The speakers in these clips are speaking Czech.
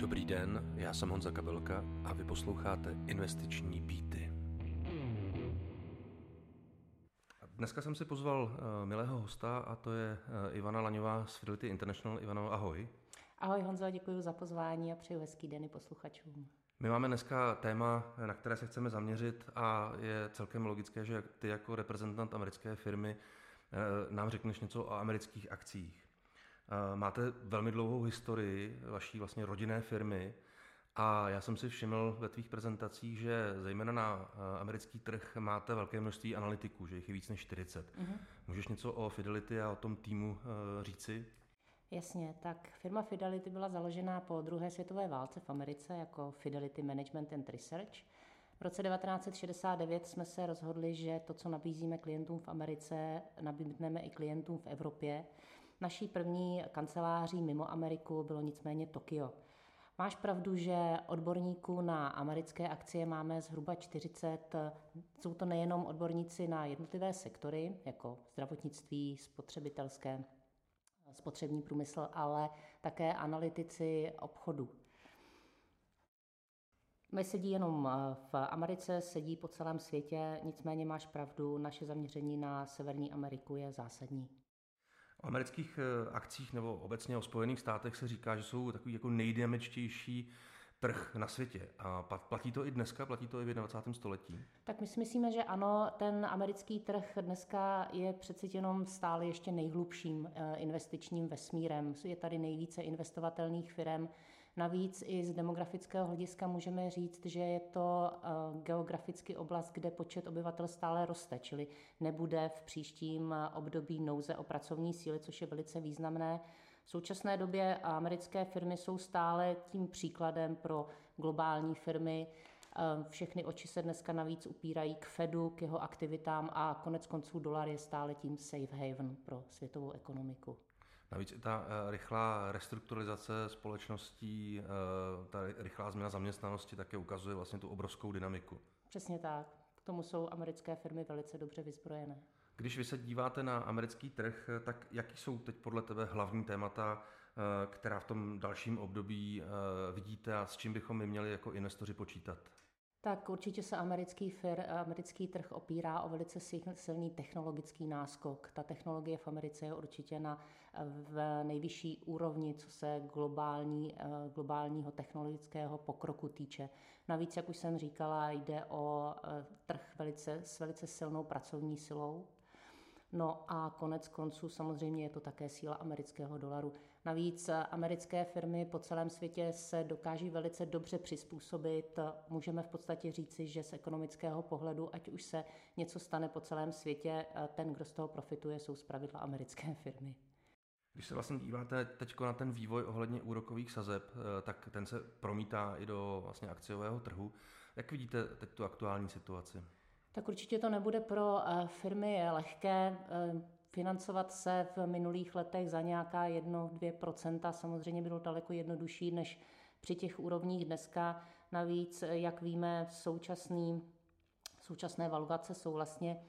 Dobrý den, já jsem Honza Kabelka a vy posloucháte Investiční beaty. Dneska jsem si pozval milého hosta a to je Ivana Laňová z Fidelity International. Ivano, ahoj. Ahoj Honzo, děkuji za pozvání a přeju hezký den i posluchačům. My máme dneska téma, na které se chceme zaměřit a je celkem logické, že ty jako reprezentant americké firmy nám řekneš něco o amerických akcích. Máte velmi dlouhou historii vaší vlastně rodinné firmy a já jsem si všiml ve tvých prezentacích, že zejména na americký trh máte velké množství analytiků, že jich je víc než 40. Můžeš něco o Fidelity a o tom týmu říci? Jasně, tak firma Fidelity byla založena po druhé světové válce v Americe jako Fidelity Management and Research. V roce 1969 jsme se rozhodli, že to, co nabízíme klientům v Americe, nabídneme i klientům v Evropě. Naší první kanceláří mimo Ameriku bylo nicméně Tokio. Máš pravdu, že odborníků na americké akcie máme zhruba 40. Jsou to nejenom odborníci na jednotlivé sektory, jako zdravotnictví, spotřební průmysl, ale také analytici obchodu. Nesedí jenom v Americe, sedí po celém světě, nicméně máš pravdu, naše zaměření na Severní Ameriku je zásadní. O amerických akcích nebo obecně o Spojených státech se říká, že jsou takový jako nejdynamičtější trh na světě. A platí to i dneska, platí to i v 21. století? Tak my si myslíme, že ano, ten americký trh dneska je přece jenom stále ještě nejhlubším investičním vesmírem. Je tady nejvíce investovatelných firm. Navíc i z demografického hlediska můžeme říct, že je to geograficky oblast, kde počet obyvatel stále roste, čili nebude v příštím období nouze o pracovní síly, což je velice významné. V současné době americké firmy jsou stále tím příkladem pro globální firmy. Všechny oči se dneska navíc upírají k Fedu, k jeho aktivitám a konec konců dolar je stále tím safe haven pro světovou ekonomiku. Navíc i ta rychlá restrukturalizace společností, ta rychlá změna zaměstnanosti také ukazuje vlastně tu obrovskou dynamiku. Přesně tak. K tomu jsou americké firmy velice dobře vyzbrojené. Když vy se díváte na americký trh, tak jaký jsou teď podle tebe hlavní témata, která v tom dalším období vidíte a s čím bychom my měli jako investoři počítat? Tak určitě se americký trh opírá o velice silný technologický náskok. Ta technologie v Americe je určitě v nejvyšší úrovni, co se globálního technologického pokroku týče. Navíc, jak už jsem říkala, jde o trh s velice silnou pracovní silou. No a konec konců samozřejmě je to také síla amerického dolaru. Navíc americké firmy po celém světě se dokáží velice dobře přizpůsobit. Můžeme v podstatě říci, že z ekonomického pohledu, ať už se něco stane po celém světě, ten, kdo z toho profituje, jsou zpravidla americké firmy. Když se vlastně díváte teď na ten vývoj ohledně úrokových sazeb, tak ten se promítá i do vlastně akciového trhu. Jak vidíte teď tu aktuální situaci? Tak určitě to nebude pro firmy lehké financovat se v minulých letech za nějaká 1-2%. Samozřejmě bylo daleko jednodušší než při těch úrovních dneska. Navíc, jak víme, současné valuace jsou vlastně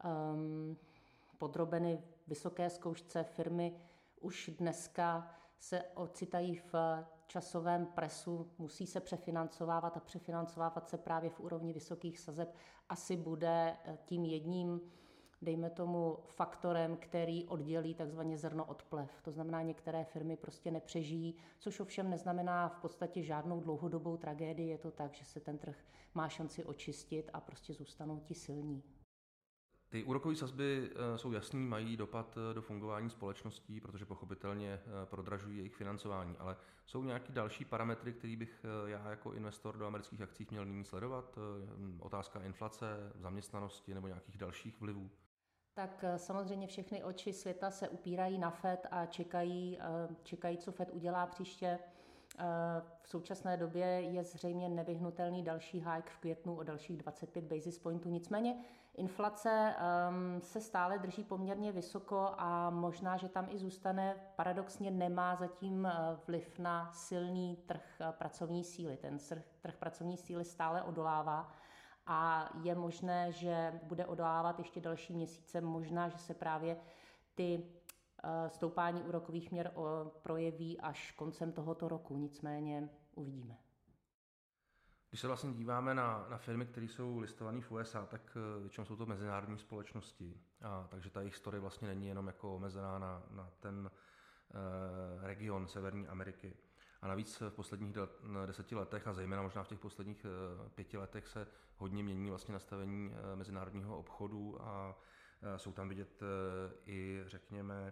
podrobeny vysoké zkoušce. Firmy už dneska se ocitají v časovém presu, musí se přefinancovávat a přefinancovávat se právě v úrovni vysokých sazeb asi bude tím jedním, dejme tomu, faktorem, který oddělí takzvaně zrno od plev. To znamená, některé firmy prostě nepřežijí, což ovšem neznamená v podstatě žádnou dlouhodobou tragédii. Je to tak, že se ten trh má šanci očistit a prostě zůstanou ti silní. Ty úrokové sazby jsou jasný, mají dopad do fungování společností, protože pochopitelně prodražují jejich financování, ale jsou nějaké další parametry, které bych já jako investor do amerických akcí měl nyní sledovat? Otázka inflace, zaměstnanosti nebo nějakých dalších vlivů? Tak samozřejmě všechny oči světa se upírají na Fed a čekají, co Fed udělá příště. V současné době je zřejmě nevyhnutelný další hike v květnu o dalších 25 basis pointů. Nicméně inflace se stále drží poměrně vysoko a možná, že tam i zůstane. Paradoxně nemá zatím vliv na silný trh pracovní síly. Ten trh pracovní síly stále odolává a je možné, že bude odolávat ještě další měsíce. Možná, že se právě ty stoupání úrokových měr projeví až koncem tohoto roku. Nicméně uvidíme. Když se vlastně díváme na firmy, které jsou listované v USA, tak většinou jsou to mezinárodní společnosti. Takže ta jejich story vlastně není jenom jako omezená na ten region Severní Ameriky. A navíc v posledních 10 letech a zejména možná v těch posledních 5 letech se hodně mění vlastně nastavení mezinárodního obchodu a jsou tam vidět i, řekněme,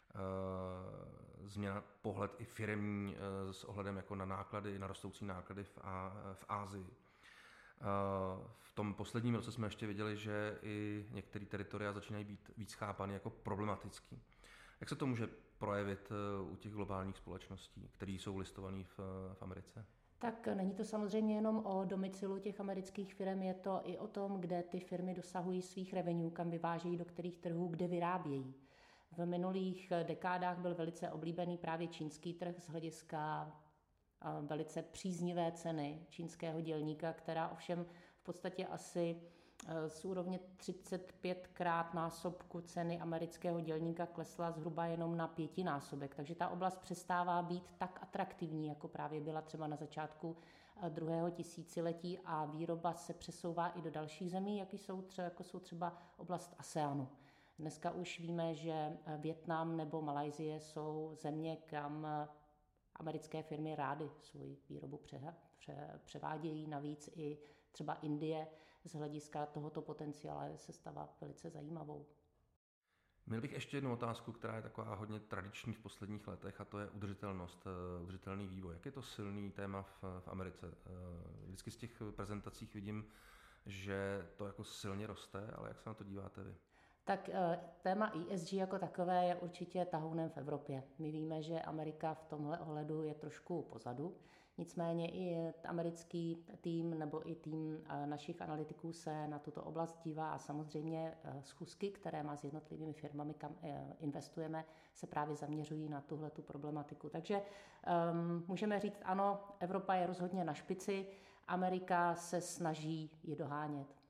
změna pohled i firemní s ohledem jako na náklady, na rostoucí náklady v Asii. V tom posledním roce jsme ještě viděli, že i některé teritoria začínají být víc chápány jako problematický. Jak se to může projevit u těch globálních společností, které jsou listované v Americe? Tak není to samozřejmě jenom o domicilu těch amerických firm, je to i o tom, kde ty firmy dosahují svých revenue, kam vyvážejí, do kterých trhů, kde vyrábějí. V minulých dekádách byl velice oblíbený právě čínský trh z hlediska velice příznivé ceny čínského dělníka, která ovšem v podstatě asi z úrovně 35krát násobku ceny amerického dělníka klesla zhruba jenom na 5násobek. Takže ta oblast přestává být tak atraktivní, jako právě byla třeba na začátku druhého tisíciletí a výroba se přesouvá i do dalších zemí, jako jsou třeba oblast ASEANu. Dneska už víme, že Vietnam nebo Malajsie jsou země, kam americké firmy rády svoji výrobu převádějí. Navíc i třeba Indie z hlediska tohoto potenciálu se stává velice zajímavou. Měl bych ještě jednu otázku, která je taková hodně tradiční v posledních letech, a to je udržitelnost, udržitelný vývoj. Jak je to silný téma v Americe? Vždycky z těch prezentacích vidím, že to jako silně roste, ale jak se na to díváte vy? Tak téma ESG jako takové je určitě tahounem v Evropě. My víme, že Amerika v tomhle ohledu je trošku pozadu. Nicméně i americký tým nebo i tým našich analytiků se na tuto oblast dívá a samozřejmě schůzky, které má s jednotlivými firmami, kam investujeme, se právě zaměřují na tuhletu problematiku. Takže můžeme říct, ano, Evropa je rozhodně na špici, Amerika se snaží ji dohánět.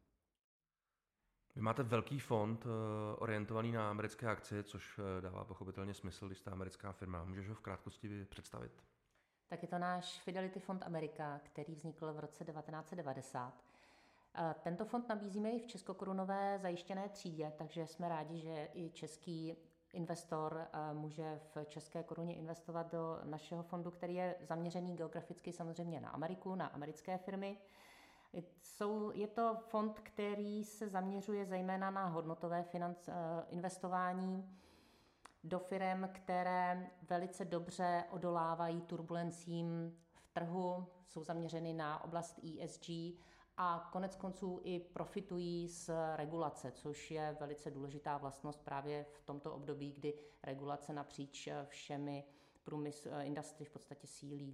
Vy máte velký fond orientovaný na americké akcie, což dává pochopitelně smysl, když jste americká firma. Můžeš ho v krátkosti představit? Tak je to náš Fidelity Fond Amerika, který vznikl v roce 1990. Tento fond nabízíme i v českokorunové zajištěné třídě, takže jsme rádi, že i český investor může v české koruně investovat do našeho fondu, který je zaměřený geograficky samozřejmě na Ameriku, na americké firmy. Je to fond, který se zaměřuje zejména na hodnotové investování do firem, které velice dobře odolávají turbulencím v trhu, jsou zaměřeny na oblast ESG a konec konců i profitují z regulace, což je velice důležitá vlastnost právě v tomto období, kdy regulace napříč všemi industry v podstatě sílí.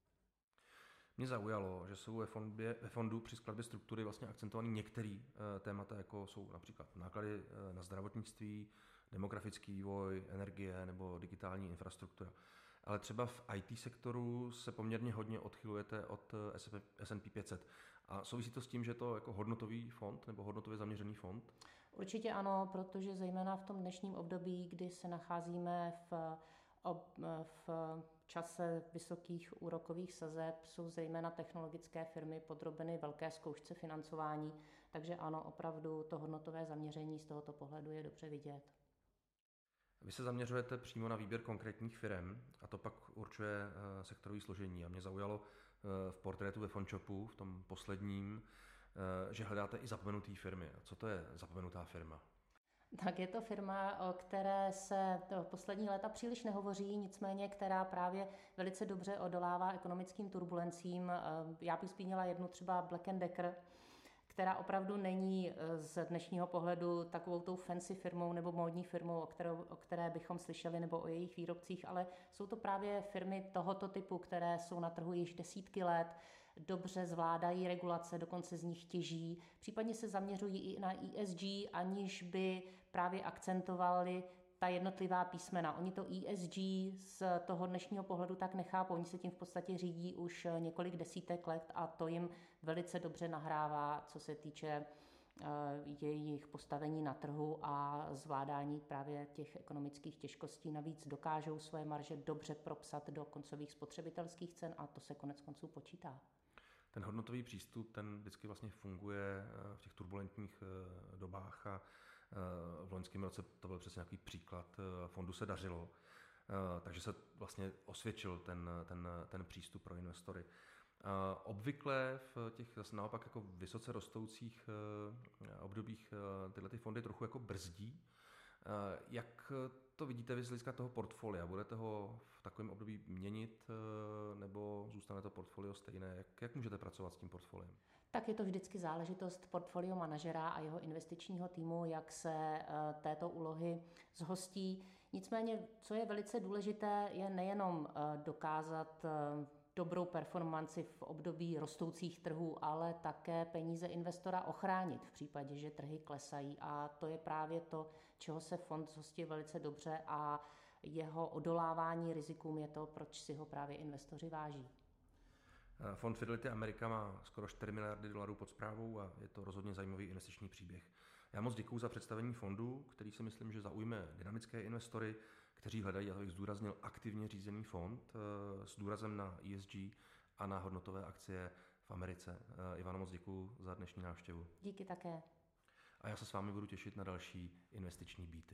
Mě zaujalo, že jsou ve fondu při skladbě struktury vlastně akcentovaný některé témata, jako jsou například náklady na zdravotnictví, demografický vývoj, energie nebo digitální infrastruktura. Ale třeba v IT sektoru se poměrně hodně odchylujete od S&P 500. A souvisí to s tím, že je to jako hodnotový fond nebo hodnotově zaměřený fond? Určitě ano, protože zejména v tom dnešním období, kdy se nacházíme v čase vysokých úrokových sazeb, jsou zejména technologické firmy podrobeny velké zkoušce financování, takže ano, opravdu to hodnotové zaměření z tohoto pohledu je dobře vidět. Vy se zaměřujete přímo na výběr konkrétních firem a to pak určuje sektorové složení. A mě zaujalo v portrétu ve FondShopu, v tom posledním, že hledáte i zapomenutý firmy. Co to je zapomenutá firma? Tak je to firma, o které se poslední léta příliš nehovoří, nicméně která právě velice dobře odolává ekonomickým turbulencím. Já bych zmínila jednu třeba Black & Decker, která opravdu není z dnešního pohledu takovou tou fancy firmou nebo módní firmou, o které bychom slyšeli, nebo o jejich výrobcích, ale jsou to právě firmy tohoto typu, které jsou na trhu již desítky let, dobře zvládají regulace, dokonce z nich těží, případně se zaměřují i na ESG, aniž by právě akcentovali ta jednotlivá písmena. Oni to ESG z toho dnešního pohledu tak nechápou, oni se tím v podstatě řídí už několik desítek let a to jim velice dobře nahrává, co se týče jejich postavení na trhu a zvládání právě těch ekonomických těžkostí. Navíc dokážou své marže dobře propsat do koncových spotřebitelských cen a to se konec konců počítá. Ten hodnotový přístup, ten vždycky vlastně funguje v těch turbulentních dobách a v loňském roce to byl přesně nějaký příklad. Fondu se dařilo, takže se vlastně osvědčil ten přístup pro investory. Obvykle v těch naopak jako vysoce rostoucích obdobích tyhle ty fondy trochu jako brzdí. Jak to vidíte vy z hlediska toho portfolia? Budete ho v takovém období měnit nebo zůstane to portfolio stejné? Jak můžete pracovat s tím portfoliem? Tak je to vždycky záležitost portfolio manažera a jeho investičního týmu, jak se této úlohy zhostí. Nicméně, co je velice důležité, je nejenom dokázat dobrou performanci v období rostoucích trhů, ale také peníze investora ochránit v případě, že trhy klesají. A to je právě to, čeho se fond zhostí velice dobře a jeho odolávání rizikům je to, proč si ho právě investoři váží. Fond Fidelity America má skoro 4 miliardy dolarů pod správou a je to rozhodně zajímavý investiční příběh. Já moc děkuju za představení fondu, který si myslím, že zaujme dynamické investory, kteří hledají, abych zdůraznil, aktivně řízený fond s důrazem na ESG a na hodnotové akcie v Americe. Ivano, moc děkuju za dnešní návštěvu. Díky také. A já se s vámi budu těšit na další investiční beaty.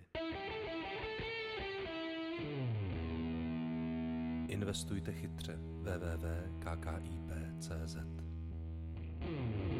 Investujte chytře. www.kkip.cz